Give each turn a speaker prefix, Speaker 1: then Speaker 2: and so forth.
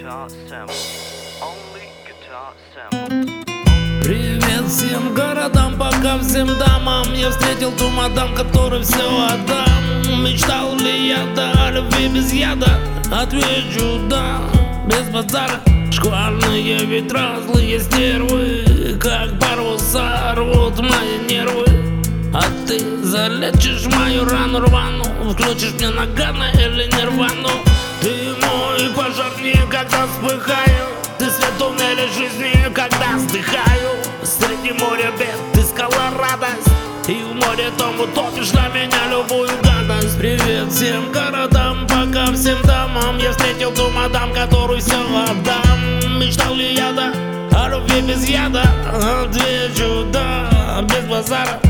Speaker 1: Привет всем городам, пока всем домам. Я встретил ту мадам, которой все отдам. Мечтал ли я о любви без яда? Отвечу да, без базара. Шквальные ветра, злые стервы, как паруса рвут мои нервы. А ты залечишь мою рану рвану, включишь мне нагано или нирвану. Ты мой пожар в ней, когда вспыхаю, ты свет в туннеле жизни, когда вздыхаю. Среди моря бед ты искала радость, и в море том утопишь на меня любую гадость. Привет всем городам, пока всем домам. Я встретил ту мадам, которую все отдам. Мечтал ли я о любви без яда? Отвечу да, без базара.